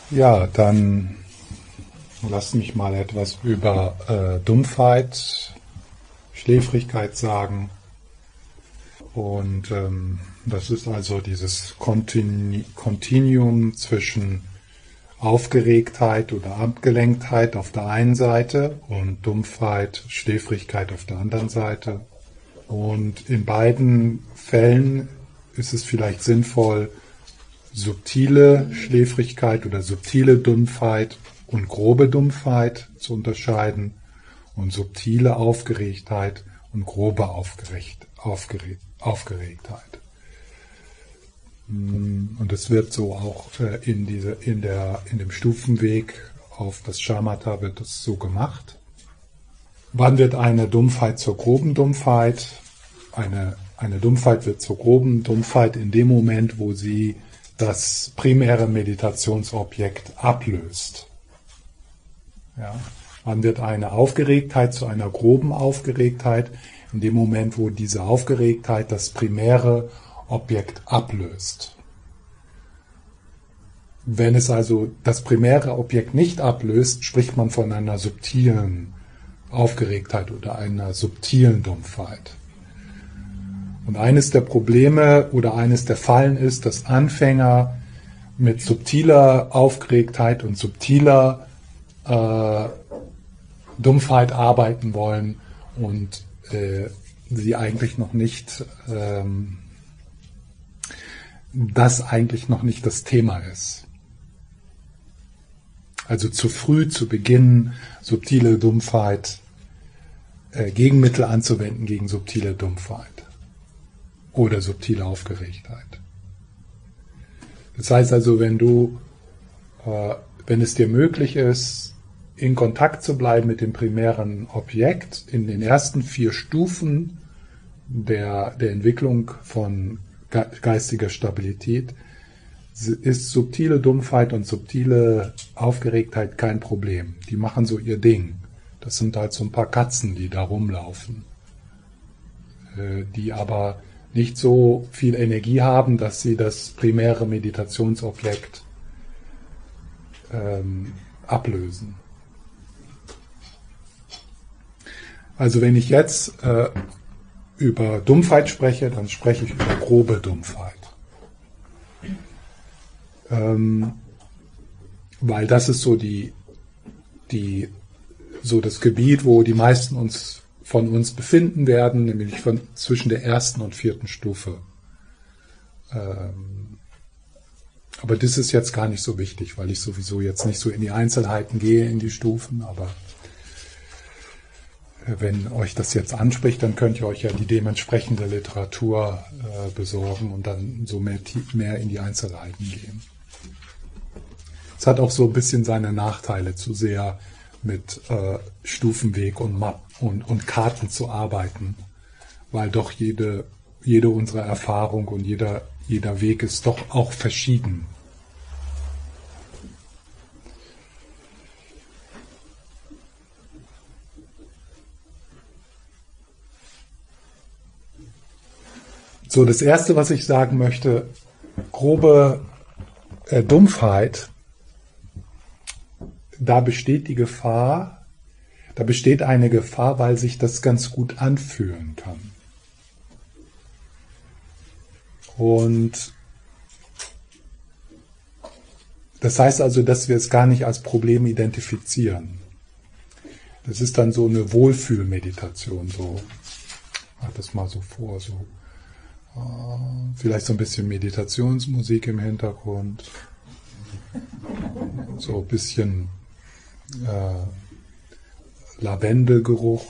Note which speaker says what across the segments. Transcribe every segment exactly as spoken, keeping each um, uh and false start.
Speaker 1: Ja, dann lass mich mal etwas über äh, Dumpfheit, Schläfrigkeit sagen. Und ähm, das ist also dieses Kontinu- Kontinuum zwischen Aufgeregtheit oder Abgelenktheit auf der einen Seite und Dumpfheit, Schläfrigkeit auf der anderen Seite. Und in beiden Fällen ist es vielleicht sinnvoll, subtile Schläfrigkeit oder subtile Dumpfheit und grobe Dumpfheit zu unterscheiden und subtile Aufgeregtheit und grobe Aufgeregt, Aufgeregt, Aufgeregtheit. Und es wird so auch in, diese, in, der, in dem Stufenweg auf das Shamatha wird das so gemacht. Wann wird eine Dumpfheit zur groben Dumpfheit? Eine, eine Dumpfheit wird zur groben Dumpfheit in dem Moment, wo sie das primäre Meditationsobjekt ablöst. Ja. Wann wird eine Aufgeregtheit zu einer groben Aufgeregtheit? In dem Moment, wo diese Aufgeregtheit das primäre Objekt ablöst. Wenn es also das primäre Objekt nicht ablöst, spricht man von einer subtilen Aufgeregtheit oder einer subtilen Dumpfheit. Und eines der Probleme oder eines der Fallen ist, dass Anfänger mit subtiler Aufgeregtheit und subtiler äh, Dumpfheit arbeiten wollen und äh, sie eigentlich noch nicht ähm, das eigentlich noch nicht das Thema ist. Also zu früh zu beginnen, subtile Dumpfheit, äh, Gegenmittel anzuwenden gegen subtile Dumpfheit oder subtile Aufgeregtheit. Das heißt also, wenn du, äh, wenn es dir möglich ist, in Kontakt zu bleiben mit dem primären Objekt in den ersten vier Stufen der, der Entwicklung von geistiger Stabilität, ist subtile Dumpfheit und subtile Aufgeregtheit kein Problem. Die machen so ihr Ding. Das sind halt so ein paar Katzen, die da rumlaufen, die aber nicht so viel Energie haben, dass sie das primäre Meditationsobjekt ähm, ablösen. Also wenn ich jetzt äh, über Dumpfheit spreche, dann spreche ich über grobe Dumpfheit. Ähm, weil das ist so die, die, so das Gebiet, wo die meisten uns, von uns befinden werden, nämlich von, zwischen der ersten und vierten Stufe. Ähm, aber das ist jetzt gar nicht so wichtig, weil ich sowieso jetzt nicht so in die Einzelheiten gehe, in die Stufen, aber wenn euch das jetzt anspricht, dann könnt ihr euch ja die dementsprechende Literatur äh, besorgen und dann so mehr, mehr in die Einzelheiten gehen. Es hat auch so ein bisschen seine Nachteile, zu sehr mit äh, Stufenweg und, Map und, und Karten zu arbeiten, weil doch jede, jede unserer Erfahrung und jeder, jeder Weg ist doch auch verschieden. So, das Erste, was ich sagen möchte, grobe äh, Dumpfheit, da besteht die Gefahr, da besteht eine Gefahr, weil sich das ganz gut anfühlen kann. Und das heißt also, dass wir es gar nicht als Problem identifizieren. Das ist dann so eine Wohlfühlmeditation, so, mach das mal so vor, so. Vielleicht so ein bisschen Meditationsmusik im Hintergrund, so ein bisschen äh, Lavendelgeruch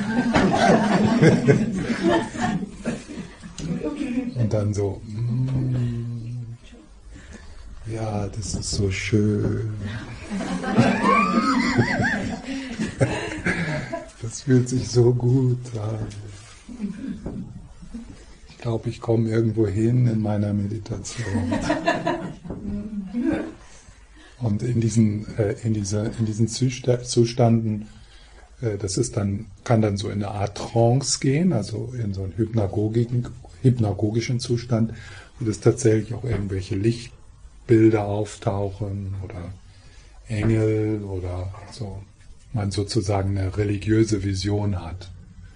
Speaker 1: und dann so, mm, ja, das ist so schön. Das fühlt sich so gut an. Ich glaube, ich komme irgendwo hin in meiner Meditation. Und in diesen, äh, in diese, in diesen Zustanden, äh, das ist dann, kann dann so in eine Art Trance gehen, also in so einen hypnagogischen, hypnagogischen Zustand, wo es tatsächlich auch irgendwelche Licht Bilder auftauchen oder Engel oder so, man sozusagen eine religiöse Vision hat.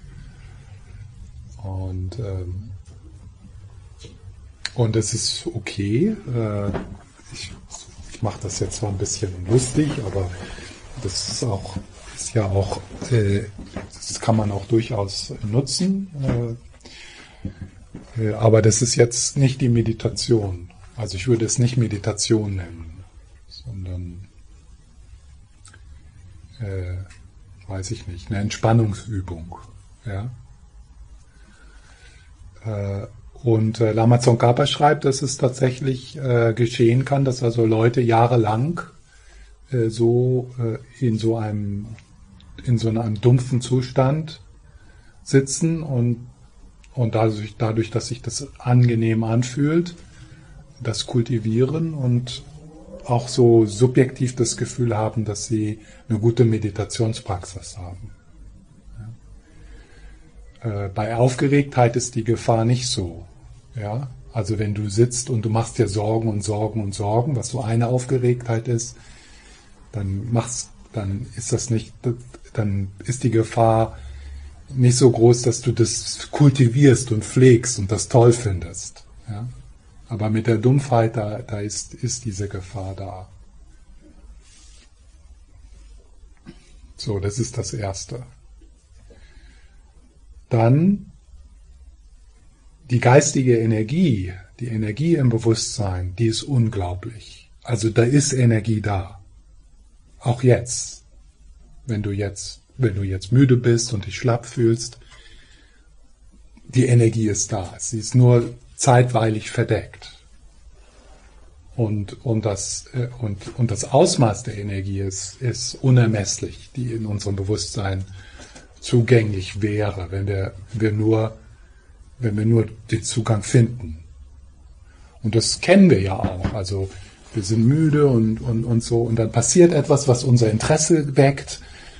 Speaker 1: Und ähm, und es ist okay. Äh, ich ich mache das jetzt zwar ein bisschen lustig, aber das ist auch ist ja auch äh, das kann man auch durchaus nutzen. Äh, äh, aber das ist jetzt nicht die Meditation. Also ich würde es nicht Meditation nennen, sondern äh, weiß ich nicht, eine Entspannungsübung. Ja. Äh, und äh, Lama Tsongkhapa schreibt, dass es tatsächlich äh, geschehen kann, dass also Leute jahrelang äh, so äh, in so einem in so einem dumpfen Zustand sitzen und und dadurch, dadurch, dass sich das angenehm anfühlt, das kultivieren und auch so subjektiv das Gefühl haben, dass sie eine gute Meditationspraxis haben. Ja. Äh, bei Aufgeregtheit ist die Gefahr nicht so. Ja? Also wenn du sitzt und du machst dir Sorgen und Sorgen und Sorgen, was so eine Aufgeregtheit ist, dann machst, dann ist das nicht, dann ist die Gefahr nicht so groß, dass du das kultivierst und pflegst und das toll findest. Ja? Aber mit der Dumpfheit, da, da ist, ist diese Gefahr da. So, das ist das Erste. Dann die geistige Energie, die Energie im Bewusstsein, die ist unglaublich. Also da ist Energie da. Auch jetzt. Wenn du jetzt, wenn du jetzt müde bist und dich schlapp fühlst, die Energie ist da. Sie ist nur zeitweilig verdeckt. Und, und, das, und, und das Ausmaß der Energie ist, ist unermesslich, die in unserem Bewusstsein zugänglich wäre, wenn wir, wir nur, wenn wir nur den Zugang finden. Und das kennen wir ja auch. Also wir sind müde und, und, und so. Und dann passiert etwas, was unser Interesse weckt.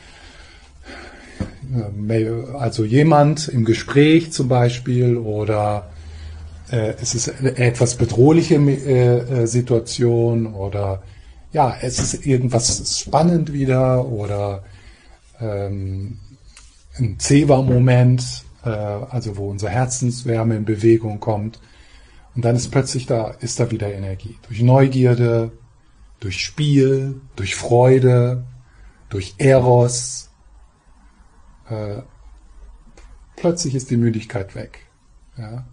Speaker 1: Also jemand im Gespräch zum Beispiel oder äh, es ist eine etwas bedrohliche äh, Situation oder ja, es ist irgendwas spannend wieder oder ähm, ein Zewa-Moment, äh, also wo unsere Herzenswärme in Bewegung kommt. Und dann ist plötzlich da, ist da wieder Energie. Durch Neugierde, durch Spiel, durch Freude, durch Eros. Äh, plötzlich ist die Müdigkeit weg. Ja?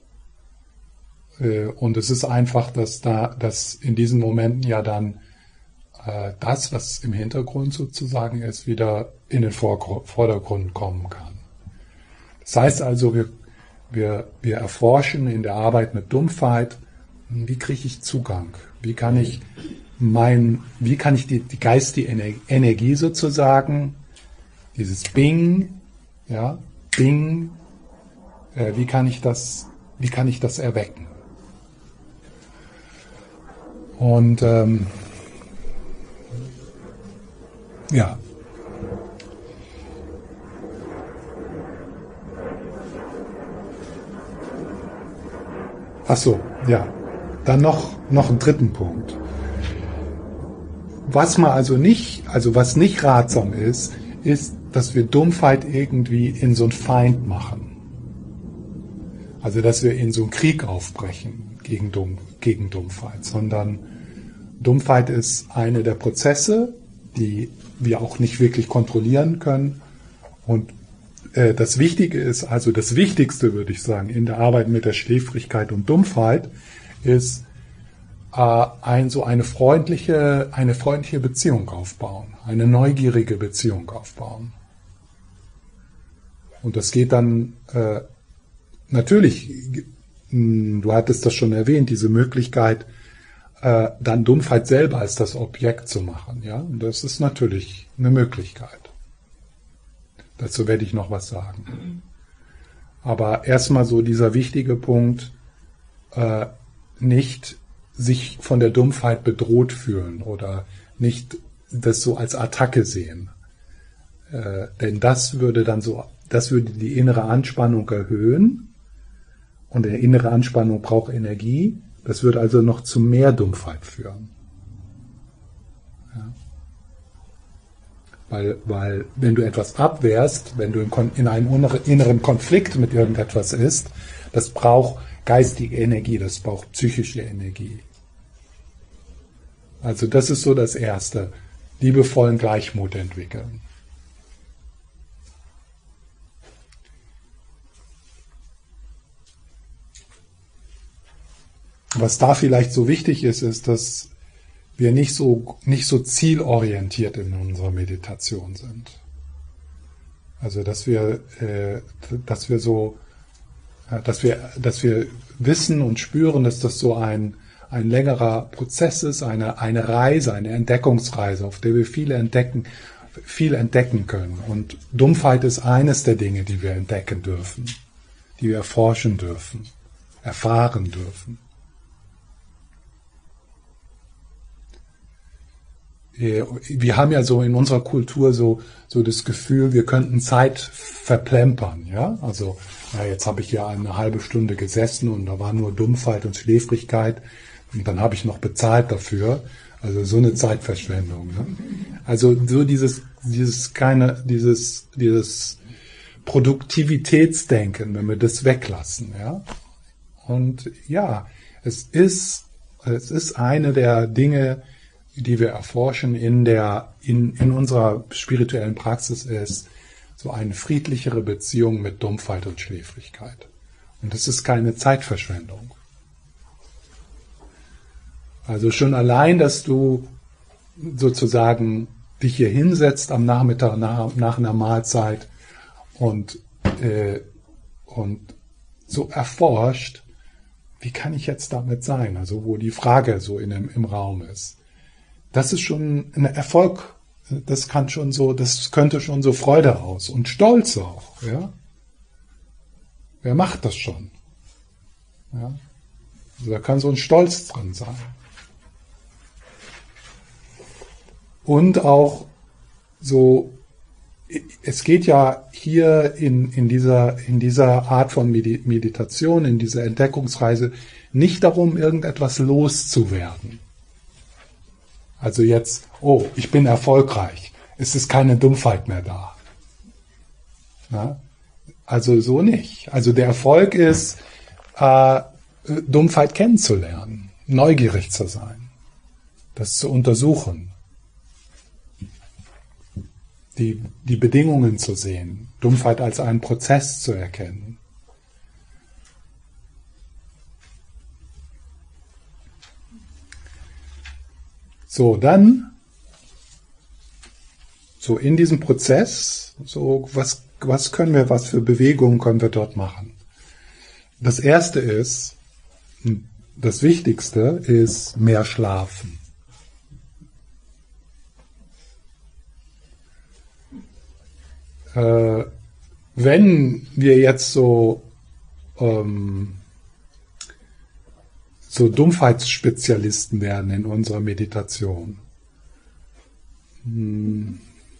Speaker 1: Äh, und es ist einfach, dass da, dass in diesen Momenten ja dann äh, das, was im Hintergrund sozusagen ist, wieder in den Vorgrund, Vordergrund kommen kann. Das heißt also, wir Wir, wir erforschen in der Arbeit mit Dumpfheit, wie kriege ich Zugang? Wie kann ich mein, wie kann ich die, die geistige Energie sozusagen, dieses Bing, ja, Bing, äh, wie kann ich das, wie kann ich das erwecken? Und ähm, ja. Ach so, ja. Dann noch, noch einen dritten Punkt. Was man also nicht, also was nicht ratsam ist, ist, dass wir Dumpfheit irgendwie in so einen Feind machen. Also, dass wir in so einen Krieg aufbrechen gegen, Dumm, gegen Dumpfheit, sondern Dumpfheit ist eine der Prozesse, die wir auch nicht wirklich kontrollieren können. Und das Wichtige ist, also das Wichtigste, würde ich sagen, in der Arbeit mit der Schläfrigkeit und Dumpfheit, ist äh, ein, so eine freundliche, eine freundliche Beziehung aufbauen, eine neugierige Beziehung aufbauen. Und das geht dann äh, natürlich, du hattest das schon erwähnt, diese Möglichkeit, äh, dann Dumpfheit selber als das Objekt zu machen. Ja? Und das ist natürlich eine Möglichkeit. Dazu werde ich noch was sagen. Aber erstmal so dieser wichtige Punkt, äh, nicht sich von der Dumpfheit bedroht fühlen oder nicht das so als Attacke sehen. Äh, denn das würde dann so, das würde die innere Anspannung erhöhen und eine innere Anspannung braucht Energie. Das wird also noch zu mehr Dumpfheit führen. Ja. Weil, weil wenn du etwas abwehrst, wenn du in einem inneren Konflikt mit irgendetwas ist, das braucht geistige Energie, das braucht psychische Energie. Also das ist so das Erste, liebevollen Gleichmut entwickeln. Was da vielleicht so wichtig ist, ist, dass wir nicht so, nicht so zielorientiert in unserer Meditation sind. Also, dass wir, äh, dass wir so, äh, dass wir, dass wir wissen und spüren, dass das so ein, ein längerer Prozess ist, eine, eine Reise, eine Entdeckungsreise, auf der wir viel entdecken, viel entdecken können. Und Dumpfheit ist eines der Dinge, die wir entdecken dürfen, die wir erforschen dürfen, erfahren dürfen. Wir haben ja so in unserer Kultur so, so das Gefühl, wir könnten Zeit verplempern, ja. Also, ja, jetzt habe ich ja eine halbe Stunde gesessen und da war nur Dumpfheit und Schläfrigkeit und dann habe ich noch bezahlt dafür. Also so eine Zeitverschwendung. Ne? Also so dieses, dieses keine, dieses, dieses Produktivitätsdenken, wenn wir das weglassen, ja. Und ja, es ist, es ist eine der Dinge, die wir erforschen in der, in, in unserer spirituellen Praxis, ist so eine friedlichere Beziehung mit Dumpfheit und Schläfrigkeit. Und das ist keine Zeitverschwendung. Also schon allein, dass du sozusagen dich hier hinsetzt am Nachmittag nach, nach einer Mahlzeit und, äh, und so erforscht, wie kann ich jetzt damit sein? Also wo die Frage so in dem, im Raum ist. Das ist schon ein Erfolg. Das kann schon so, das könnte schon so Freude aus und Stolz auch, ja. Wer macht das schon? Ja. Also da kann so ein Stolz drin sein. Und auch so, es geht ja hier in, in dieser, in dieser Art von Meditation, in dieser Entdeckungsreise nicht darum, irgendetwas loszuwerden. Also jetzt, oh, ich bin erfolgreich, es ist keine Dumpfheit mehr da. Ja? Also so nicht. Also der Erfolg ist, äh, Dumpfheit kennenzulernen, neugierig zu sein, das zu untersuchen, die, die Bedingungen zu sehen, Dumpfheit als einen Prozess zu erkennen. So, dann, so in diesem Prozess, so was, was können wir, was für Bewegungen können wir dort machen? Das erste ist, das Wichtigste ist mehr schlafen. Äh, wenn wir jetzt so ähm, so Dumpfheitsspezialisten werden in unserer Meditation. Hm.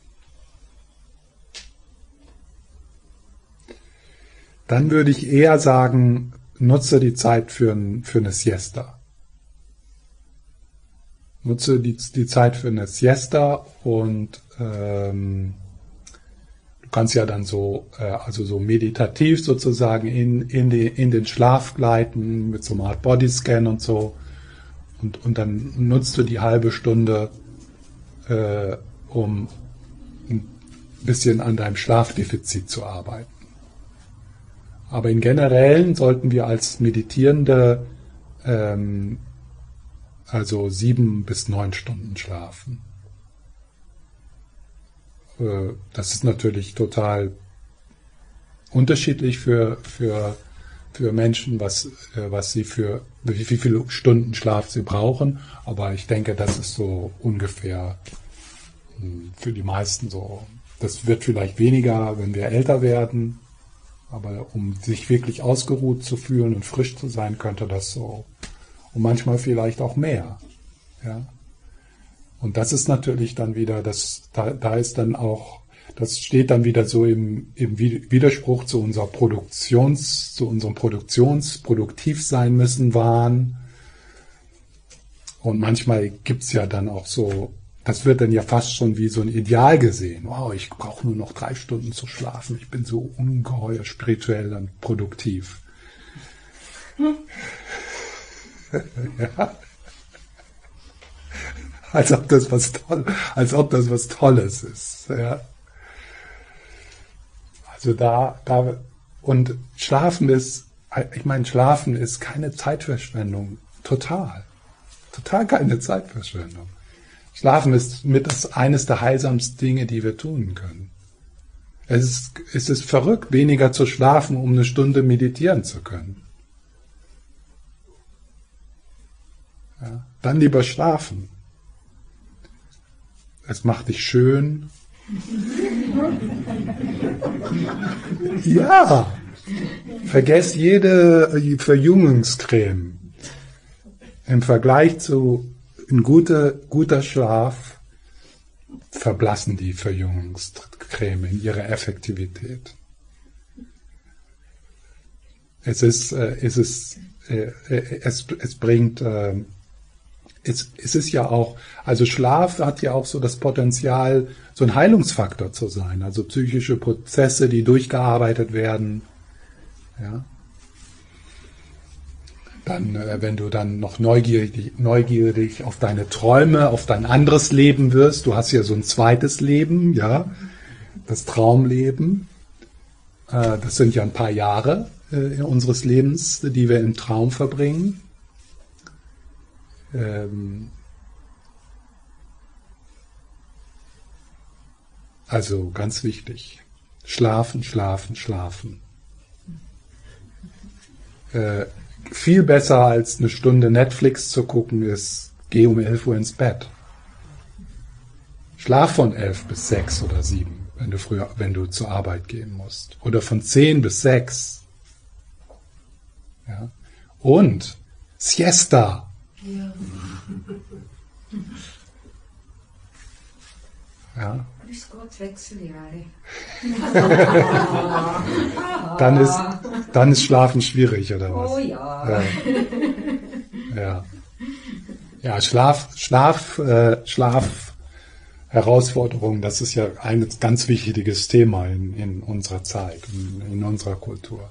Speaker 1: Dann würde ich eher sagen, nutze die Zeit für, ein, für eine Siesta. Nutze die, die Zeit für eine Siesta und ähm, du kannst ja dann so, äh, also so meditativ sozusagen in, in, die, in den Schlaf gleiten mit so einer Art Bodyscan und so. Und, und dann nutzt du die halbe Stunde, äh, um ein bisschen an deinem Schlafdefizit zu arbeiten. Aber im Generellen sollten wir als Meditierende ähm, also sieben bis neun Stunden schlafen. Das ist natürlich total unterschiedlich für, für, für Menschen, was, was sie für, wie viele Stunden Schlaf sie brauchen. Aber ich denke, das ist so ungefähr für die meisten so. Das wird vielleicht weniger, wenn wir älter werden. Aber um sich wirklich ausgeruht zu fühlen und frisch zu sein, könnte das so. Und manchmal vielleicht auch mehr. Ja. Und das ist natürlich dann wieder, das, da, da ist dann auch, das steht dann wieder so im, im Widerspruch zu unserer Produktions, zu unserem Produktions, produktiv sein müssen Wahn, Und manchmal gibt's ja dann auch so, das wird dann ja fast schon wie so ein Ideal gesehen. Wow, ich brauche nur noch drei Stunden zu schlafen. Ich bin so ungeheuer spirituell und produktiv. Hm. Ja. Als ob das was toll, als ob das was Tolles ist. Ja. Also da, da, und Schlafen ist, ich meine, Schlafen ist keine Zeitverschwendung. Total. Total keine Zeitverschwendung. Schlafen ist mit das eines der heilsamsten Dinge, die wir tun können. Es ist, es ist verrückt, weniger zu schlafen, um eine Stunde meditieren zu können. Ja, dann lieber schlafen. Es macht dich schön. Ja, vergess jede Verjüngungscreme. Im Vergleich zu ein guter, guter Schlaf verblassen die Verjüngungscreme in ihrer Effektivität. Es ist, äh, es ist, äh, es, es bringt, äh, es, es ist ja auch, also Schlaf hat ja auch so das Potenzial, so ein Heilungsfaktor zu sein. Also psychische Prozesse, die durchgearbeitet werden, ja. Dann, äh, wenn du dann noch neugierig, neugierig auf deine Träume, auf dein anderes Leben wirst, du hast ja so ein zweites Leben, ja, das Traumleben. Äh, das sind ja ein paar Jahre äh, unseres Lebens, die wir im Traum verbringen. Ähm, also ganz wichtig. Schlafen, schlafen, schlafen. Äh, Viel besser als eine Stunde Netflix zu gucken ist, geh um elf Uhr ins Bett. Schlaf von elf bis sechs oder sieben, wenn du früher, wenn du zur Arbeit gehen musst. Oder von zehn bis sechs. Ja. Und Siesta.
Speaker 2: Ja.
Speaker 1: Ja.
Speaker 2: Grüß Gott, Wechseljahre.
Speaker 1: Dann ist, dann ist Schlafen schwierig, oder was?
Speaker 2: Oh ja.
Speaker 1: Ja, ja. Ja, Schlaf, Schlaf, äh, Schlaf, Herausforderungen, das ist ja ein ganz wichtiges Thema in, in unserer Zeit, in, in unserer Kultur.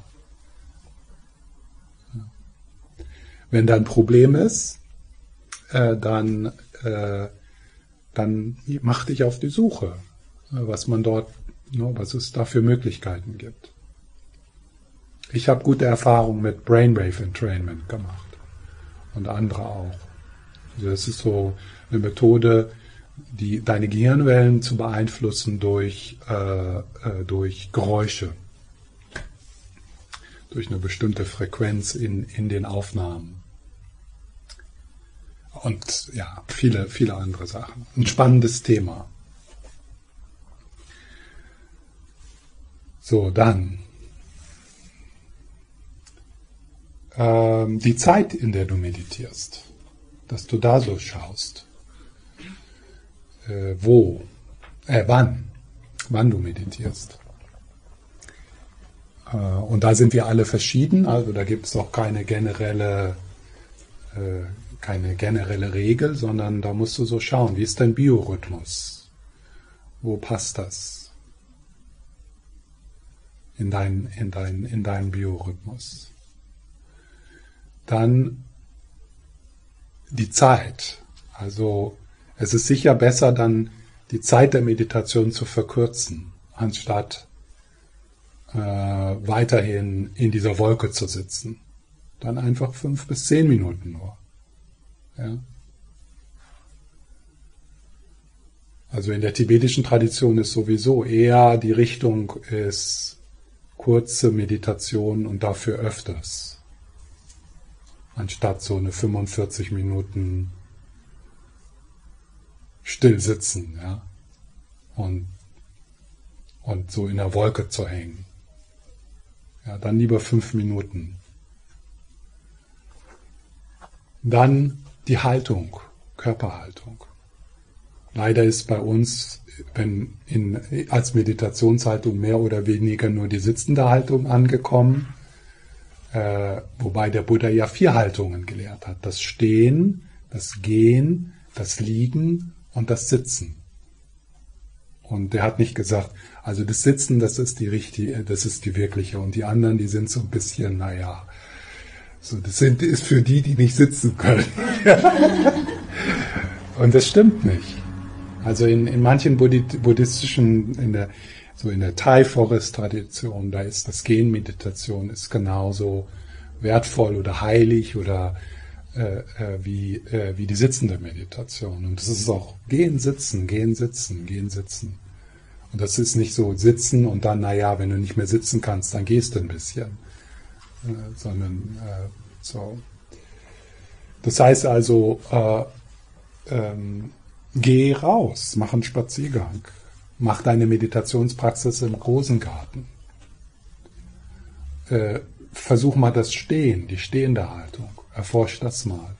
Speaker 1: Wenn da ein Problem ist, äh, dann, äh, dann mach dich auf die Suche, was man dort, ne, was es da für Möglichkeiten gibt. Ich habe gute Erfahrungen mit Brainwave Entrainment gemacht und andere auch. Also das ist so eine Methode, die deine Gehirnwellen zu beeinflussen durch, äh, äh, durch Geräusche, durch eine bestimmte Frequenz in, in den Aufnahmen. Und ja, viele, viele andere Sachen. Ein spannendes Thema. So, dann ähm, die Zeit, in der du meditierst, dass du da so schaust. Äh, wo, äh, wann, wann du meditierst. Äh, und da sind wir alle verschieden, also da gibt es auch keine generelle äh, keine generelle Regel, sondern da musst du so schauen, wie ist dein Biorhythmus? Wo passt das? In dein, in dein, in deinen Biorhythmus. Dann die Zeit. Also es ist sicher besser, dann die Zeit der Meditation zu verkürzen, anstatt äh, weiterhin in dieser Wolke zu sitzen. Dann einfach fünf bis zehn Minuten nur. Ja. Also in der tibetischen Tradition ist sowieso eher die Richtung ist kurze Meditation und dafür öfters, anstatt so eine fünfundvierzig Minuten still sitzen, ja, und, und so in der Wolke zu hängen. Ja, dann lieber fünf Minuten. Dann die Haltung, Körperhaltung. Leider ist bei uns, wenn in, als Meditationshaltung mehr oder weniger nur die sitzende Haltung angekommen, äh, wobei der Buddha ja vier Haltungen gelehrt hat. Das Stehen, Das Gehen, das Liegen und das Sitzen. Und der hat nicht gesagt, also das Sitzen, das ist die richtige, das ist die wirkliche. Und die anderen, die sind so ein bisschen, naja, so, das sind, ist für die, die nicht sitzen können. Und das stimmt nicht. Also in, in manchen buddhistischen, in der, so in der Thai-Forest-Tradition, da ist das Gehen-Meditation ist genauso wertvoll oder heilig oder äh, äh, wie, äh, wie die sitzende Meditation. Und das ist auch Gehen, Sitzen, Gehen, Sitzen, Gehen, Sitzen. Und das ist nicht so Sitzen und dann, naja, wenn du nicht mehr sitzen kannst, dann gehst du ein bisschen. Äh, sondern äh, so. Das heißt also, äh, ähm, geh raus, mach einen Spaziergang, mach deine Meditationspraxis im Rosengarten. Äh, versuch mal das Stehen, die stehende Haltung, erforsch das mal.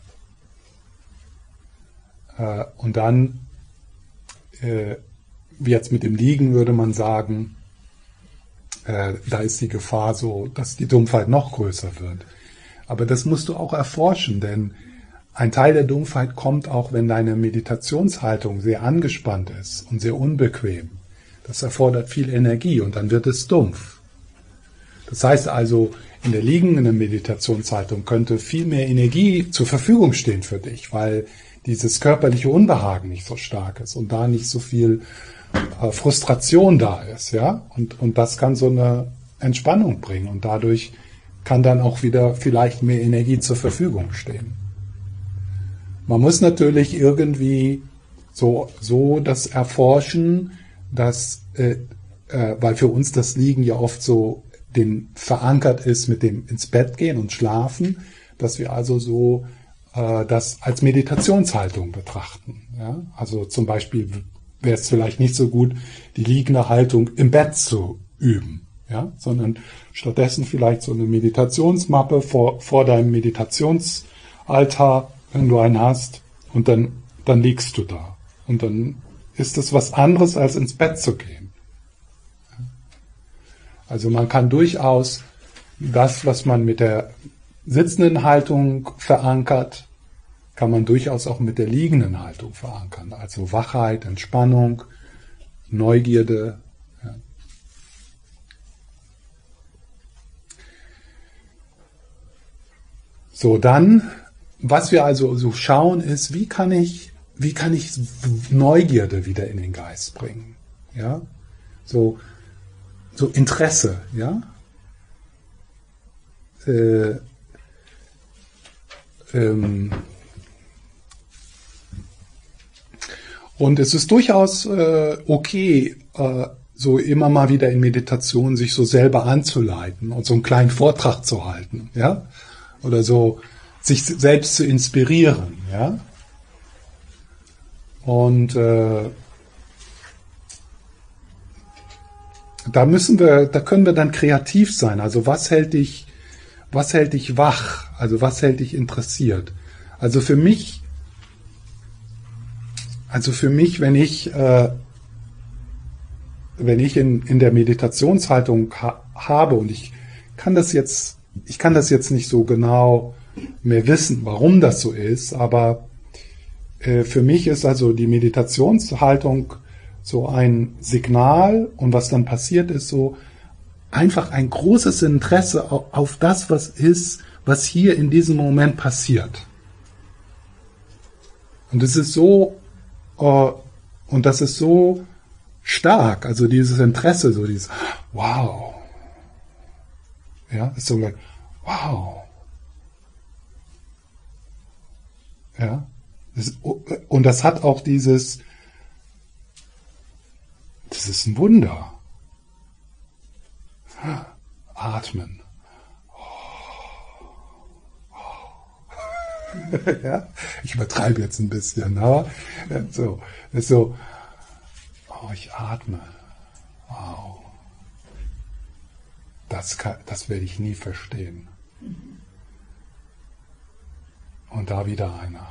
Speaker 1: Äh, und dann, äh, wie jetzt mit dem Liegen würde man sagen, äh, da ist die Gefahr so, dass die Dumpfheit noch größer wird. Aber das musst du auch erforschen, denn ein Teil der Dumpfheit kommt auch, wenn deine Meditationshaltung sehr angespannt ist und sehr unbequem. Das erfordert viel Energie und dann wird es dumpf. Das heißt also, in der liegenden Meditationshaltung könnte viel mehr Energie zur Verfügung stehen für dich, weil dieses körperliche Unbehagen nicht so stark ist und da nicht so viel äh, Frustration da ist, ja. Und, und das kann so eine Entspannung bringen und dadurch kann dann auch wieder vielleicht mehr Energie zur Verfügung stehen. Man muss natürlich irgendwie so, so das erforschen, dass, äh, äh, weil für uns das Liegen ja oft so den verankert ist mit dem ins Bett gehen und schlafen, dass wir also so äh, das als Meditationshaltung betrachten. Ja? Also zum Beispiel wäre es vielleicht nicht so gut, die liegende Haltung im Bett zu üben, ja? Sondern stattdessen vielleicht so eine Meditationsmappe vor, vor deinem Meditationsaltar, wenn du einen hast, und dann, dann liegst du da. Und dann ist es was anderes, als ins Bett zu gehen. Also man kann durchaus das, was man mit der sitzenden Haltung verankert, kann man durchaus auch mit der liegenden Haltung verankern. Also Wachheit, Entspannung, Neugierde. Ja. So, dann, was wir also so schauen, ist, wie kann ich, wie kann ich Neugierde wieder in den Geist bringen? Ja, so, so Interesse, ja. Äh, ähm, und es ist durchaus äh, okay, äh, so immer mal wieder in Meditation sich so selber anzuleiten und so einen kleinen Vortrag zu halten, ja, oder so sich selbst zu inspirieren, ja. Und äh, da müssen wir, da können wir dann kreativ sein. Also was hält dich, was hält dich wach? Also was hält dich interessiert? Also für mich, also für mich, wenn ich, äh, wenn ich in in der Meditationshaltung ha- habe und ich kann das jetzt, ich kann das jetzt nicht so genau mehr wissen, warum das so ist, aber äh, für mich ist also die Meditationshaltung so ein Signal und was dann passiert ist so einfach ein großes Interesse auf, auf das, was ist, was hier in diesem Moment passiert. Und es ist so, äh, und das ist so stark, also dieses Interesse, so dieses Wow. Ja, ist so like, wow. Ja, das ist, und das hat auch dieses, das ist ein Wunder. Atmen. Ja, ich übertreibe jetzt ein bisschen, aber so, ist so, oh, ich atme. Wow. Das, kann, das werde ich nie verstehen. Und da wieder einer.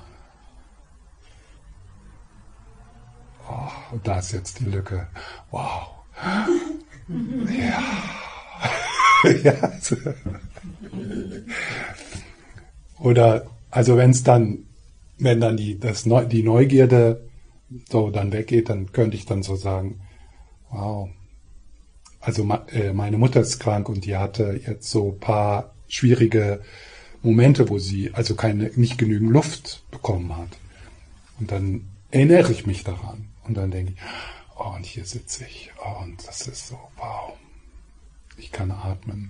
Speaker 1: Oh, und da ist jetzt die Lücke. Wow. Ja. Ja. Oder, also wenn es dann wenn dann die, das Neu, die Neugierde so dann weggeht, dann könnte ich dann so sagen, wow, also äh, meine Mutter ist krank und die hatte jetzt so ein paar schwierige Momente, wo sie also keine, nicht genügend Luft bekommen hat. Und dann erinnere ich mich daran. Und dann denke ich, oh, und hier sitze ich. Oh, und das ist so, wow. Ich kann atmen.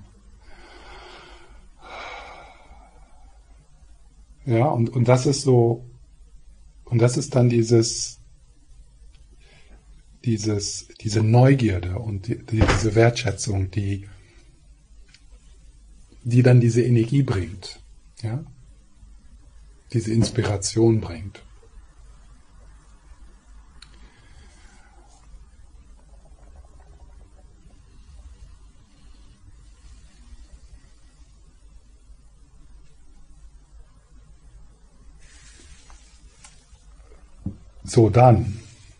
Speaker 1: Ja, und, und das ist so, und das ist dann dieses, dieses, diese Neugierde und die, diese Wertschätzung, die, die dann diese Energie bringt. Ja? Diese Inspiration bringt. So, dann.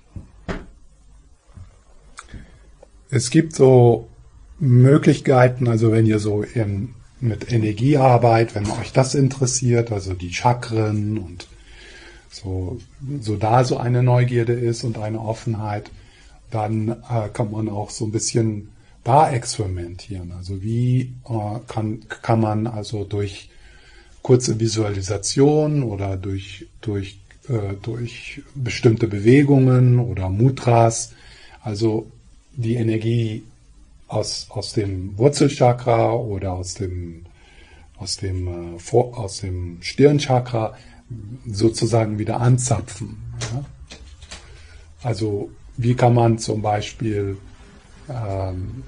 Speaker 1: Es gibt so Möglichkeiten, also wenn ihr so in, mit Energiearbeit, wenn euch das interessiert, also die Chakren und so, so da so eine Neugierde ist und eine Offenheit, dann äh, kann man auch so ein bisschen da experimentieren. Also wie äh, kann, kann man also durch kurze Visualisation oder durch, durch, äh, durch bestimmte Bewegungen oder Mudras, also die Energie aus, aus dem Wurzelchakra oder aus dem, aus dem, äh, vor, aus dem Stirnchakra sozusagen wieder anzapfen. Ja? Also wie kann man zum Beispiel ähm,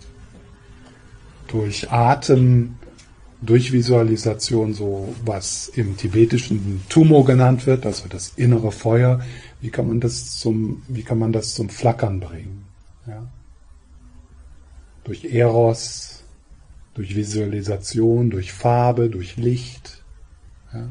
Speaker 1: durch Atem, durch Visualisation, so was im tibetischen Tumo genannt wird, also das innere Feuer, wie kann man das zum, wie kann man das zum Flackern bringen? Ja? Durch Eros, durch Visualisation, durch Farbe, durch Licht. Ja?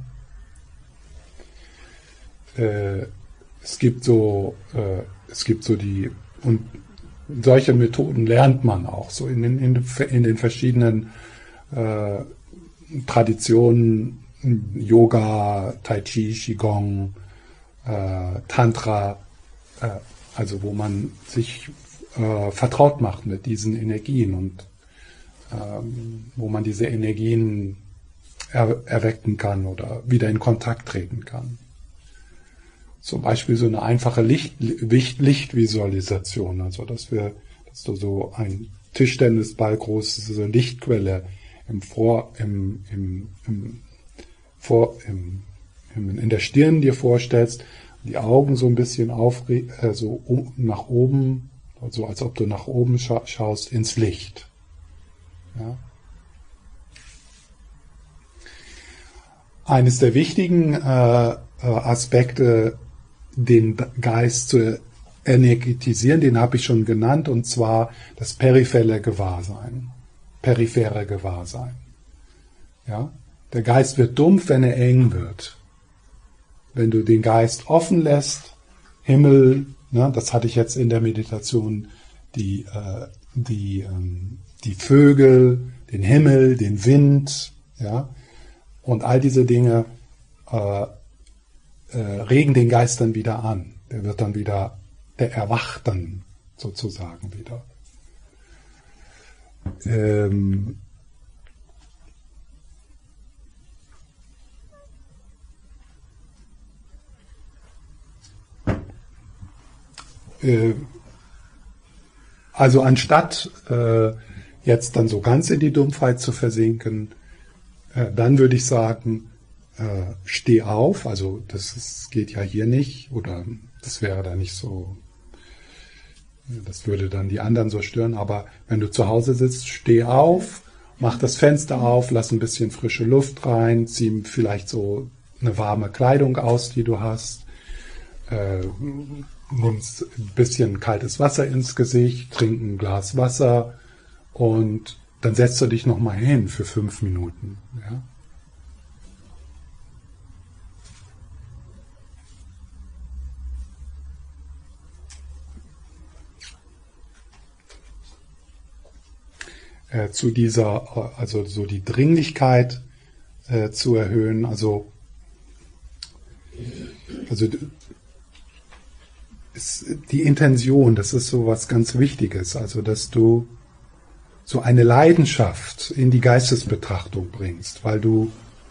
Speaker 1: Äh, es gibt so, äh, es gibt so die, und solche Methoden lernt man auch so in den, in, in den verschiedenen äh, Traditionen, Yoga, Tai Chi, Qigong, äh, Tantra, äh, also wo man sich äh, vertraut macht mit diesen Energien und ähm, wo man diese Energien er, erwecken kann oder wieder in Kontakt treten kann. Zum Beispiel so eine einfache Licht, Licht, Lichtvisualisation, also dass wir, dass du so ein Tischtennisball große so Lichtquelle im Vor, im, im, im, vor, im, im, in der Stirn dir vorstellst, die Augen so ein bisschen aufre, äh, so um, nach oben, so als ob du nach oben scha schaust ins Licht. Ja. Eines der wichtigen äh, Aspekte, den Geist zu energetisieren, den habe ich schon genannt, und zwar das periphere Gewahrsein. Periphere Gewahrsein. Ja? Der Geist wird dumpf, wenn er eng wird. Wenn du den Geist offen lässt, Himmel, ne, das hatte ich jetzt in der Meditation, die, äh, die, ähm, die Vögel, den Himmel, den Wind, ja, und all diese Dinge äh, äh, regen den Geist dann wieder an. Der wird dann wieder, der erwacht dann sozusagen wieder. Ähm, äh, also anstatt äh, jetzt dann so ganz in die Dumpfheit zu versinken, äh, dann würde ich sagen, äh, steh auf, also das ist, geht ja hier nicht, oder das wäre da nicht so, das würde dann die anderen so stören, aber wenn du zu Hause sitzt, steh auf, mach das Fenster auf, lass ein bisschen frische Luft rein, zieh vielleicht so eine warme Kleidung aus, die du hast, äh, nimmst ein bisschen kaltes Wasser ins Gesicht, trink ein Glas Wasser und dann setzt du dich nochmal hin für fünf Minuten. Ja? Äh, zu dieser, also so die Dringlichkeit äh, zu erhöhen, also Also ist die Intention, das ist so was ganz Wichtiges, also dass du so eine Leidenschaft in die Geistesbetrachtung bringst, weil du,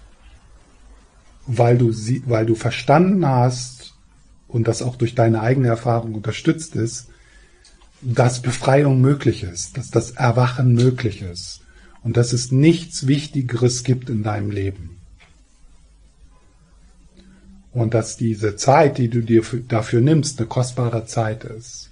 Speaker 1: weil du sie, weil du verstanden hast und das auch durch deine eigene Erfahrung unterstützt ist, dass Befreiung möglich ist, dass das Erwachen möglich ist und dass es nichts Wichtigeres gibt in deinem Leben. Und dass diese Zeit, die du dir dafür nimmst, eine kostbare Zeit ist.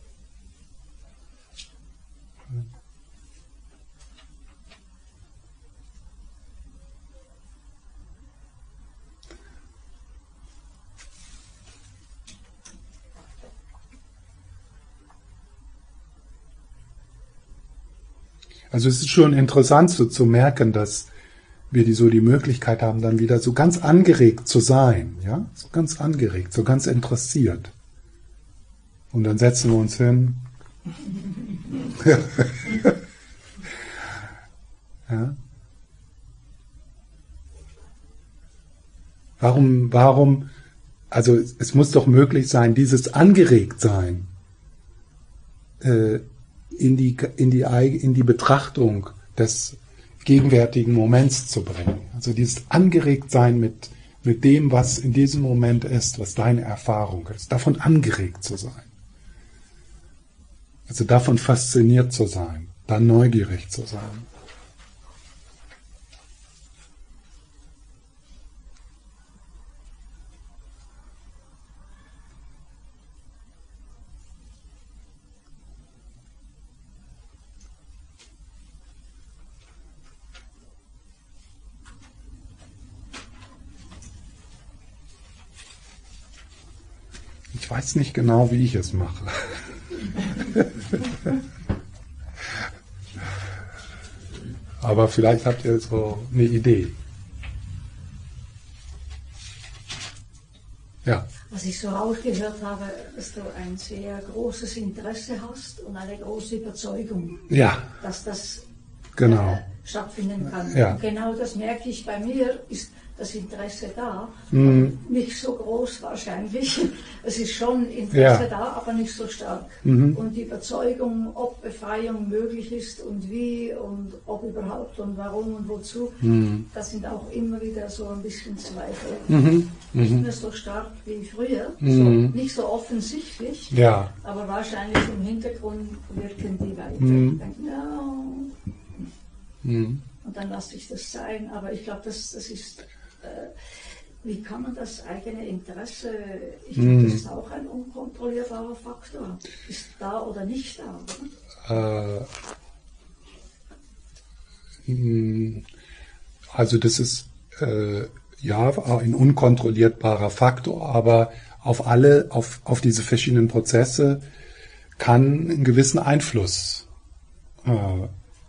Speaker 1: Also es ist schon interessant so zu merken, dass wir die so die Möglichkeit haben, dann wieder so ganz angeregt zu sein, ja, so ganz angeregt, so ganz interessiert. Und dann setzen wir uns hin. Ja. Warum, warum, also es, es muss doch möglich sein, dieses Angeregtsein äh, in die, in die, in die Betrachtung des gegenwärtigen Moments zu bringen. Also dieses Angeregtsein mit, mit dem, was in diesem Moment ist, was deine Erfahrung ist, davon angeregt zu sein. Also davon fasziniert zu sein, dann neugierig zu sein. Ich weiß nicht genau, wie ich es mache. Aber vielleicht habt ihr so eine Idee. Ja.
Speaker 2: Was ich so rausgehört habe, dass du ein sehr großes Interesse hast und eine große Überzeugung,
Speaker 1: Ja.
Speaker 2: dass das
Speaker 1: Genau.
Speaker 2: äh, stattfinden kann.
Speaker 1: Ja.
Speaker 2: Und genau das merke ich bei mir, ist das Interesse da,
Speaker 1: Mhm.
Speaker 2: nicht so groß wahrscheinlich. Es ist schon Interesse
Speaker 1: Ja.
Speaker 2: da, aber nicht so stark.
Speaker 1: Mhm.
Speaker 2: Und die Überzeugung, ob Befreiung möglich ist und wie und ob überhaupt und warum und wozu,
Speaker 1: Mhm.
Speaker 2: das sind auch immer wieder so ein bisschen Zweifel.
Speaker 1: Mhm.
Speaker 2: Nicht
Speaker 1: Mhm.
Speaker 2: mehr so stark wie früher,
Speaker 1: Mhm.
Speaker 2: so, nicht so offensichtlich,
Speaker 1: Ja.
Speaker 2: aber wahrscheinlich im Hintergrund wirken die weiter.
Speaker 1: Mhm.
Speaker 2: Ich denke, no.
Speaker 1: Mhm.
Speaker 2: Und dann lasse ich das sein. Aber ich glaube, das, das ist, äh, wie kann man das eigene Interesse, ich glaube,
Speaker 1: Mhm.
Speaker 2: das ist auch ein unkontrollierbarer Faktor. Ist da oder nicht da, oder?
Speaker 1: Äh, mh, also das ist äh, ja ein unkontrollierbarer Faktor, aber auf alle, auf, auf diese verschiedenen Prozesse kann einen gewissen Einfluss äh,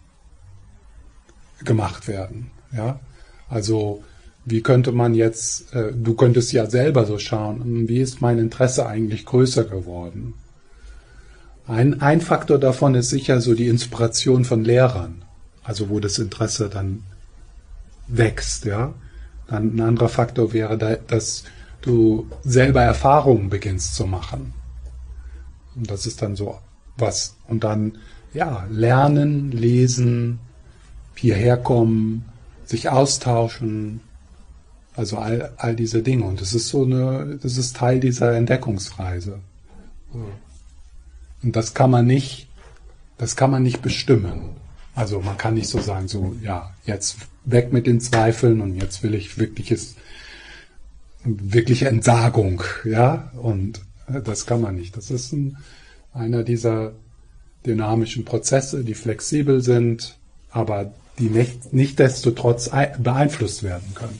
Speaker 1: gemacht werden. Ja? Also wie könnte man jetzt, äh, du könntest ja selber so schauen, wie ist mein Interesse eigentlich größer geworden? Ein, ein Faktor davon ist sicher so die Inspiration von Lehrern, also wo das Interesse dann wächst. Ja? Dann ein anderer Faktor wäre, dass du selber Erfahrungen beginnst zu machen. Und das ist dann so was. Und dann, ja, lernen, lesen, hierher kommen, sich austauschen, also all, all diese Dinge. Und das ist so eine, das ist Teil dieser Entdeckungsreise. So. Und das kann man nicht, das kann man nicht bestimmen. Also man kann nicht so sagen, so, ja, jetzt weg mit den Zweifeln und jetzt will ich wirkliches, wirkliche Entsagung, ja, und das kann man nicht. Das ist ein, einer dieser dynamischen Prozesse, die flexibel sind, aber die nicht, nichtsdestotrotz beeinflusst werden können.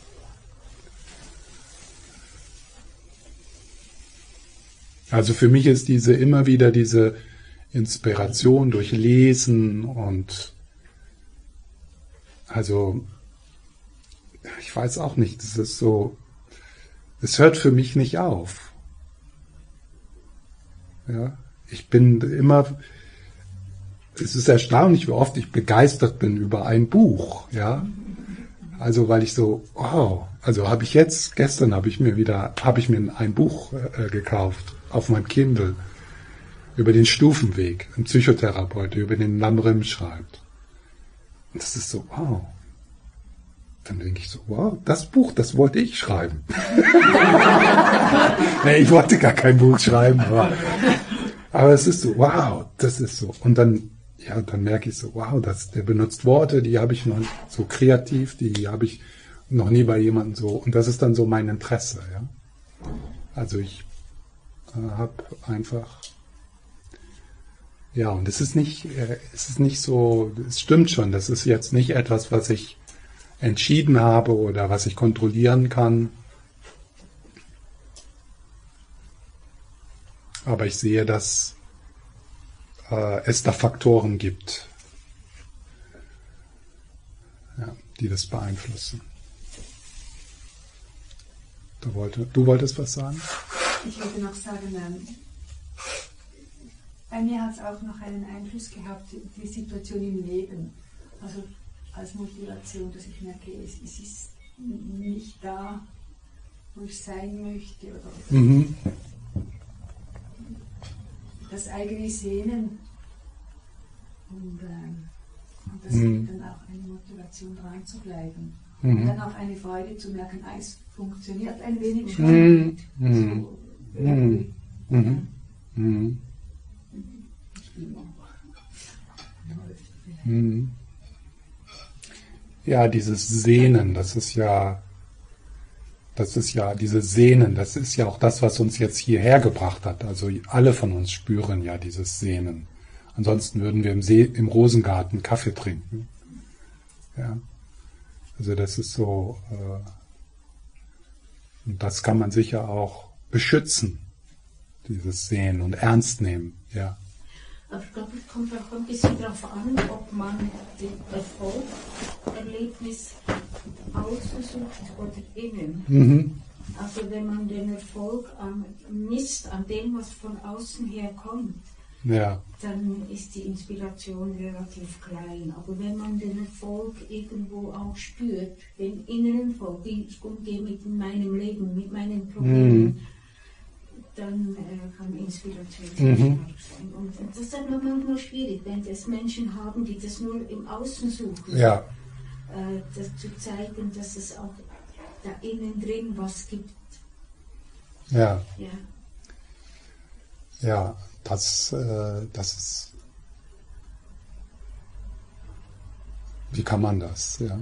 Speaker 1: Also für mich ist diese immer wieder diese Inspiration durch Lesen und also ich weiß auch nicht, das ist so, es hört für mich nicht auf. Ja, ich bin immer, es ist erstaunlich, wie oft ich begeistert bin über ein Buch, ja. Also weil ich so, oh, Also habe ich jetzt, gestern habe ich mir wieder, habe ich mir ein Buch äh, gekauft auf meinem Kindle über den Stufenweg, ein Psychotherapeut, der über den Lamrim schreibt. Und das ist so, wow. Dann denke ich so, wow, das Buch, das wollte ich schreiben. Nee, ich wollte gar kein Buch schreiben, aber, aber es ist so, wow, das ist so. Und dann, ja, dann merke ich so, wow, das, der benutzt Worte, die habe ich noch so kreativ, die habe ich noch nie bei jemandem so. Und das ist dann so mein Interesse, ja. Also ich äh, habe einfach, ja, und es ist nicht, äh, es ist nicht so, es stimmt schon, das ist jetzt nicht etwas, was ich entschieden habe oder was ich kontrollieren kann. Aber ich sehe, dass äh, es da Faktoren gibt, ja, die das beeinflussen. Du, wollte, du wolltest was sagen?
Speaker 3: Ich wollte noch sagen, ähm, bei mir hat es auch noch einen Einfluss gehabt, die Situation im Leben. Also als Motivation, dass ich merke, es, es ist nicht da, wo ich sein möchte. Oder
Speaker 1: Mhm.
Speaker 3: das eigene Sehnen. Und, ähm, und das
Speaker 1: Mhm.
Speaker 3: gibt dann auch eine Motivation, dran zu bleiben.
Speaker 1: Mhm.
Speaker 3: Und dann auch eine Freude zu merken, ah, es funktioniert ein wenig
Speaker 1: Mhm.
Speaker 3: schon.
Speaker 1: Mhm.
Speaker 3: So,
Speaker 1: Mhm. Mhm. Mhm.
Speaker 3: nicht immer.
Speaker 1: Mhm. Ja, dieses Sehnen, das ist ja, das ist ja, diese Sehnen, das ist ja auch das, was uns jetzt hierher gebracht hat. Also alle von uns spüren ja dieses Sehnen. Ansonsten würden wir im, See, im Rosengarten Kaffee trinken. Ja. Also das ist so, äh, und das kann man sicher auch beschützen, dieses Sehen und ernst nehmen, ja.
Speaker 2: Aber ich glaube, es kommt auch ein bisschen darauf an, ob man das Erfolgserlebnis außen sucht oder innen.
Speaker 1: Mhm.
Speaker 2: Also wenn man den Erfolg an, misst an dem, was von außen her kommt,
Speaker 1: Ja.
Speaker 2: dann ist die Inspiration relativ klein. Aber wenn man den Erfolg irgendwo auch spürt, den inneren Erfolg, wie ich umgehe mit meinem Leben, mit meinen Problemen,
Speaker 1: Mhm.
Speaker 2: dann äh, kann Inspiration
Speaker 1: Mhm.
Speaker 2: sehr stark sein. Und das ist dann manchmal schwierig, wenn es Menschen haben, die das nur im Außen suchen,
Speaker 1: Ja.
Speaker 2: äh, das zu zeigen, dass es auch da innen drin was gibt.
Speaker 1: Ja.
Speaker 2: Ja.
Speaker 1: Ja, das, äh, das ist. Wie kann man das? Ja.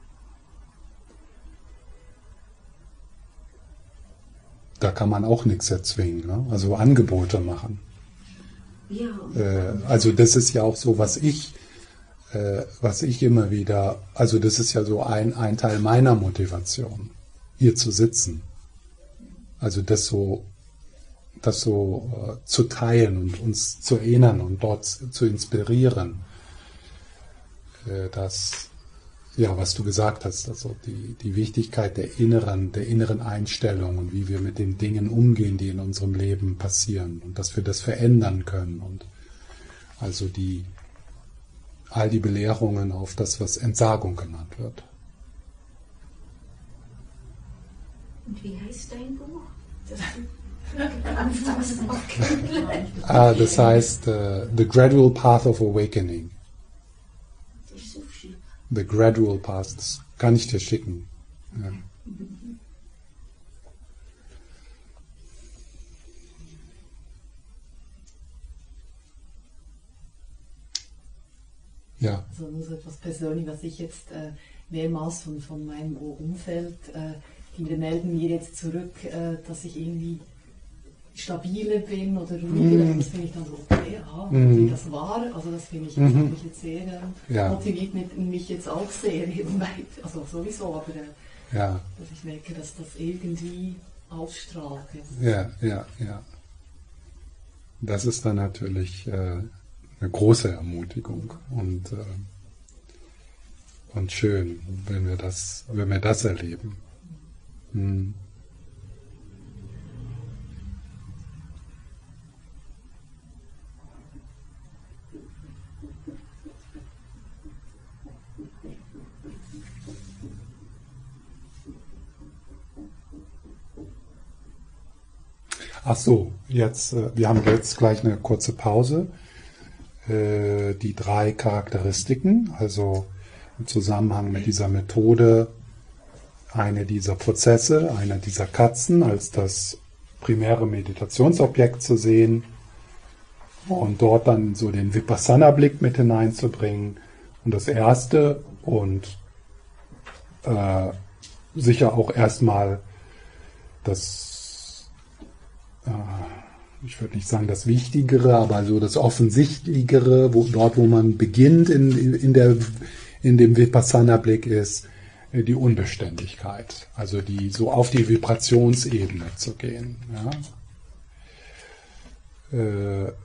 Speaker 1: Da kann man auch nichts erzwingen, ne? Also Angebote machen.
Speaker 2: Ja.
Speaker 1: Äh, also das ist ja auch so, was ich, äh, was ich immer wieder, also das ist ja so ein, ein Teil meiner Motivation, hier zu sitzen. Also das so, das so äh, zu teilen und uns zu erinnern und dort zu inspirieren. Äh, das, ja, was du gesagt hast, also die, die Wichtigkeit der inneren, der inneren Einstellung und wie wir mit den Dingen umgehen, die in unserem Leben passieren und dass wir das verändern können und also die, all die Belehrungen auf das, was Entsagung genannt wird.
Speaker 2: Und wie heißt dein Buch? Das du
Speaker 1: Ah, das heißt uh, The Gradual Path of Awakening.
Speaker 2: Das ist so schön.
Speaker 1: The Gradual Path, das kann ich dir schicken. Ja. Ja.
Speaker 4: Also nur so etwas persönlich, was ich jetzt äh, mehrmals von, von meinem Umfeld, äh, die melden mir jetzt zurück, äh, dass ich irgendwie stabiler bin oder ruhiger.
Speaker 1: Mm.
Speaker 4: Das finde ich dann so, okay, ja,
Speaker 1: Mm.
Speaker 4: wie das war. Also das finde ich,
Speaker 1: Mhm.
Speaker 4: das mich jetzt sehr äh,
Speaker 1: Ja.
Speaker 4: motiviert mit, mich jetzt auch sehr eben weit. Also sowieso, aber äh,
Speaker 1: Ja,
Speaker 4: dass ich merke, dass das irgendwie ausstrahlt.
Speaker 1: ja, ja, ja. Das ist dann natürlich äh, eine große Ermutigung und, äh, und schön, wenn wir das, wenn wir das erleben. Hm. Ach so, jetzt, äh, wir haben jetzt gleich eine kurze Pause. Äh, die drei Charakteristiken, also im Zusammenhang mit dieser Methode, eine dieser Prozesse, einer dieser Katzen als das primäre Meditationsobjekt zu sehen und dort dann so den Vipassana-Blick mit hineinzubringen. Und das erste und äh, sicher auch erstmal das, äh, ich würde nicht sagen das Wichtigere, aber so das Offensichtlichere, wo, dort wo man beginnt in, in, der, in dem Vipassana-Blick ist, die Unbeständigkeit, also die so auf die Vibrationsebene zu gehen. Ja. Äh,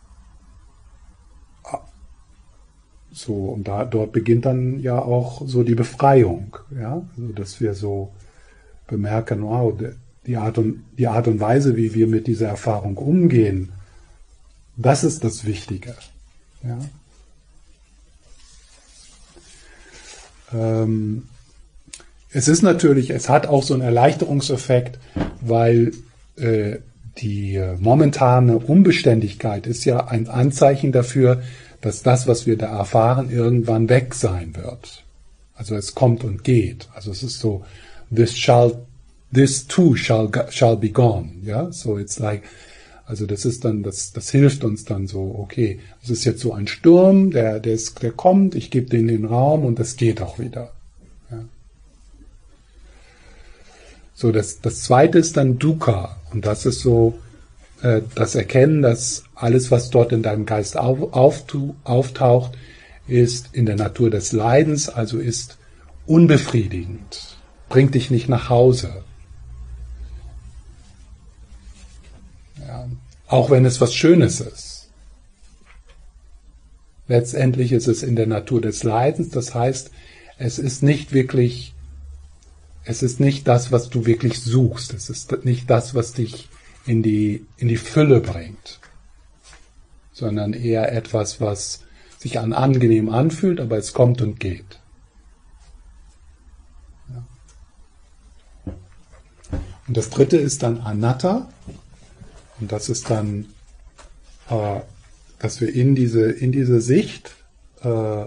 Speaker 1: so, und da, dort beginnt dann ja auch so die Befreiung, ja, also dass wir so bemerken, wow, die Art und, die Art und Weise, wie wir mit dieser Erfahrung umgehen, das ist das Wichtige. Ja. Ähm, Es ist natürlich, es hat auch so einen Erleichterungseffekt, weil äh, die momentane Unbeständigkeit ist ja ein Anzeichen dafür, dass das, was wir da erfahren, irgendwann weg sein wird. Also es kommt und geht. Also es ist so, this shall, this too shall shall be gone. Ja, so it's like, also das ist dann, das, das hilft uns dann so. Okay, es ist jetzt so ein Sturm, der, der, ist, der kommt, ich gebe den den Raum und das geht auch wieder. Ja. So, das, das zweite ist dann Dukkha. Und das ist so äh, das Erkennen, dass alles, was dort in deinem Geist auf, auf, auftaucht, ist in der Natur des Leidens, also ist unbefriedigend, bringt dich nicht nach Hause. Ja, auch wenn es was Schönes ist. Letztendlich ist es in der Natur des Leidens, das heißt, es ist nicht wirklich Es ist nicht das, was du wirklich suchst. Es ist nicht das, was dich in die, in die Fülle bringt, sondern eher etwas, was sich an angenehm anfühlt, aber es kommt und geht. Ja. Und das dritte ist dann Anatta. Und das ist dann, äh, dass wir in diese, in diese Sicht äh,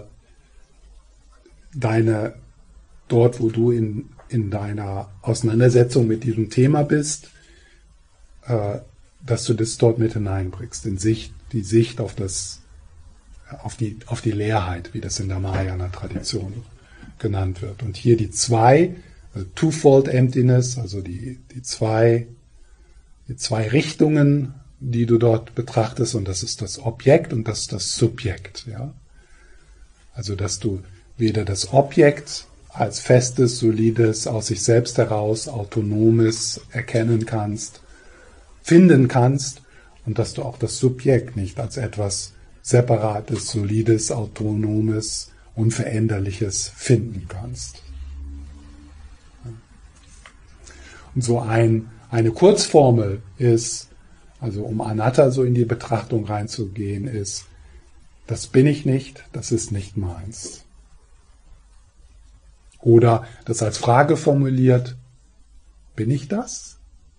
Speaker 1: deine, dort, wo du in in deiner Auseinandersetzung mit diesem Thema bist, äh, dass du das dort mit hineinbringst, in Sicht, die Sicht auf das, auf die, auf die Leerheit, wie das in der Mahayana-Tradition genannt wird. Und hier die zwei, also Twofold Emptiness, also die, die zwei, die zwei Richtungen, die du dort betrachtest, und das ist das Objekt und das ist das Subjekt, ja. Also, dass du weder das Objekt als festes, solides, aus sich selbst heraus, autonomes erkennen kannst, finden kannst und dass du auch das Subjekt nicht als etwas Separates, Solides, Autonomes, Unveränderliches finden kannst. Und so ein, eine Kurzformel ist, also um Anatta so in die Betrachtung reinzugehen, ist, das bin ich nicht, das ist nicht meins. Oder das als Frage formuliert, bin ich das?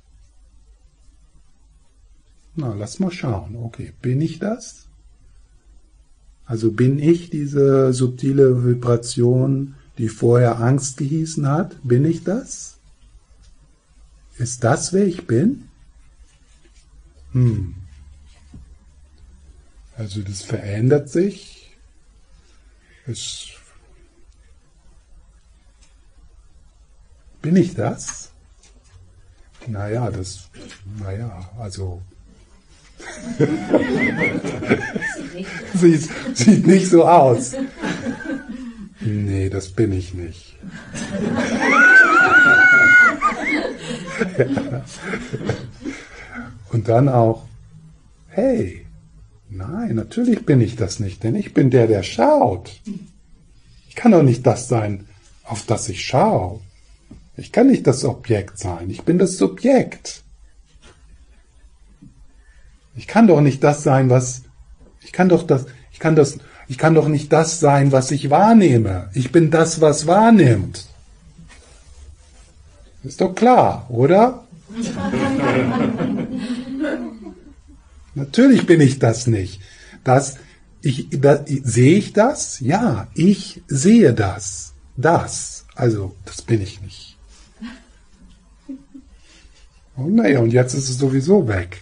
Speaker 1: Na, lass mal schauen. Okay, bin ich das? Also bin ich diese subtile Vibration, die vorher Angst gehießen hat? Bin ich das? Ist das, wer ich bin? Hm. Also das verändert sich. Es Bin ich das? Naja, das, naja, also sieht, sieht nicht so aus. Nee, das bin ich nicht. Und dann auch, hey, nein, natürlich bin ich das nicht, denn ich bin der, der schaut. Ich kann doch nicht das sein, auf das ich schaue. Ich kann nicht das Objekt sein, ich bin das Subjekt. Ich kann doch nicht das sein, was, ich kann doch das, ich kann das, ich kann doch nicht das sein, was ich wahrnehme. Ich bin das, was wahrnimmt. Ist doch klar, oder? Natürlich bin ich das nicht. Das, ich, da, sehe ich das? Ja, ich sehe das. Das. Also, das bin ich nicht. Oh naja, und jetzt ist es sowieso weg.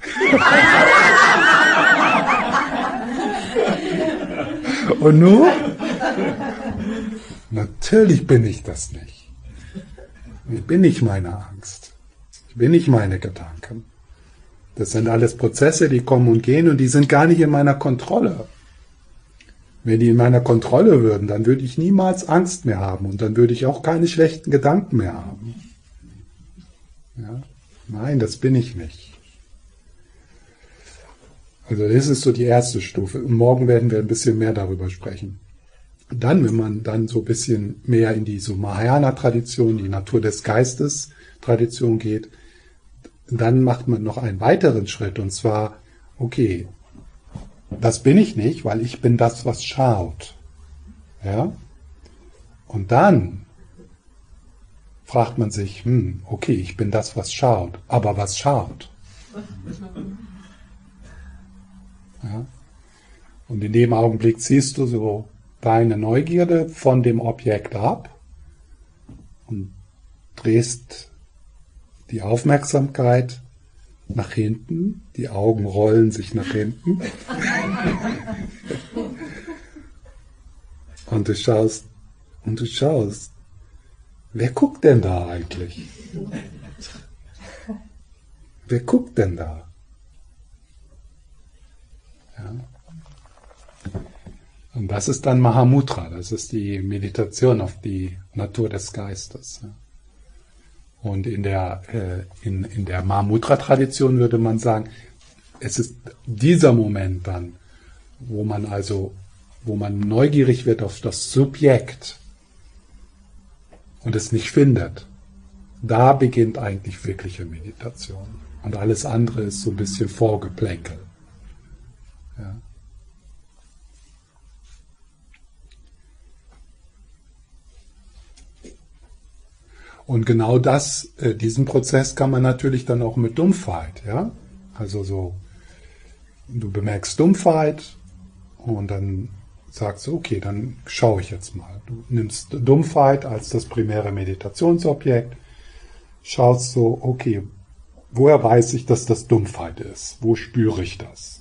Speaker 1: Und nun? Natürlich bin ich das nicht. Ich bin nicht meine Angst. Ich bin nicht meine Gedanken. Das sind alles Prozesse, die kommen und gehen und die sind gar nicht in meiner Kontrolle. Wenn die in meiner Kontrolle würden, dann würde ich niemals Angst mehr haben und dann würde ich auch keine schlechten Gedanken mehr haben. Ja? Nein, das bin ich nicht. Also das ist so die erste Stufe. Und morgen werden wir ein bisschen mehr darüber sprechen. Dann, wenn man dann so ein bisschen mehr in die so Mahayana-Tradition, die Natur des Geistes-Tradition geht, dann macht man noch einen weiteren Schritt und zwar, okay, das bin ich nicht, weil ich bin das, was schaut. Ja? Und dann fragt man sich, hm, okay, ich bin das, was schaut, aber was schaut? Ja? Und in dem Augenblick ziehst du so deine Neugierde von dem Objekt ab und drehst die Aufmerksamkeit nach hinten, die Augen rollen sich nach hinten und du schaust, und du schaust, wer guckt denn da eigentlich? Wer guckt denn da? Ja. Und das ist dann Mahamudra, das ist die Meditation auf die Natur des Geistes. Und in der, äh, in, in der Mahamudra-Tradition würde man sagen, es ist dieser Moment dann, wo man also, wo man neugierig wird auf das Subjekt und es nicht findet. Da beginnt eigentlich wirkliche Meditation. Und alles andere ist so ein bisschen Vorgeplänkel. Ja. Und genau das, äh, diesen Prozess kann man natürlich dann auch mit Dumpfheit, ja. Also so, du bemerkst Dumpfheit und dann sagst du, okay, dann schaue ich jetzt mal. Du nimmst Dumpfheit als das primäre Meditationsobjekt, schaust so, okay, woher weiß ich, dass das Dumpfheit ist? Wo spüre ich das?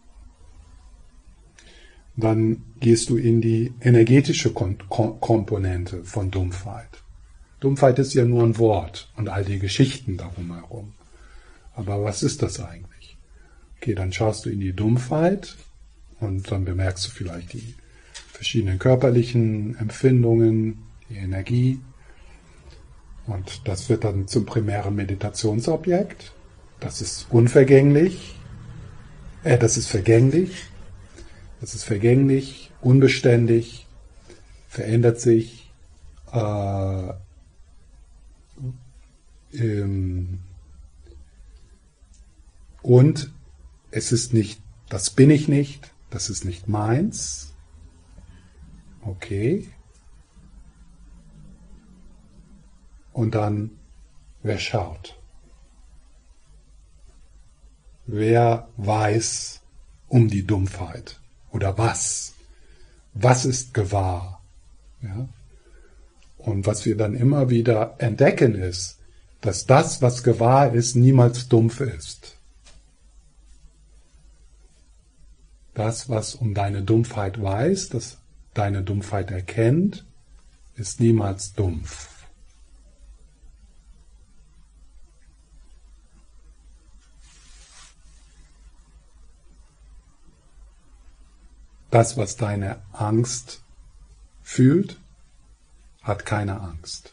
Speaker 1: Dann gehst du in die energetische Kom- Kom- Komponente von Dumpfheit. Dumpfheit ist ja nur ein Wort und all die Geschichten darum herum. Aber was ist das eigentlich? Okay, dann schaust du in die Dumpfheit und dann bemerkst du vielleicht die verschiedenen körperlichen Empfindungen, die Energie. Und das wird dann zum primären Meditationsobjekt. Das ist unvergänglich. Äh, das ist vergänglich. Das ist vergänglich, unbeständig, verändert sich. Äh, ähm, und es ist nicht, das bin ich nicht, das ist nicht meins. Okay. Und dann, wer schaut? Wer weiß um die Dumpfheit? Oder was? Was ist gewahr? Ja? Und was wir dann immer wieder entdecken ist, dass das, was gewahr ist, niemals dumpf ist. Das, was um deine Dumpfheit weiß, das deine Dumpfheit erkennt, ist niemals dumpf. Das, was deine Angst fühlt, hat keine Angst.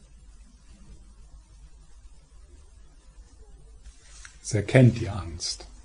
Speaker 1: Es erkennt die Angst.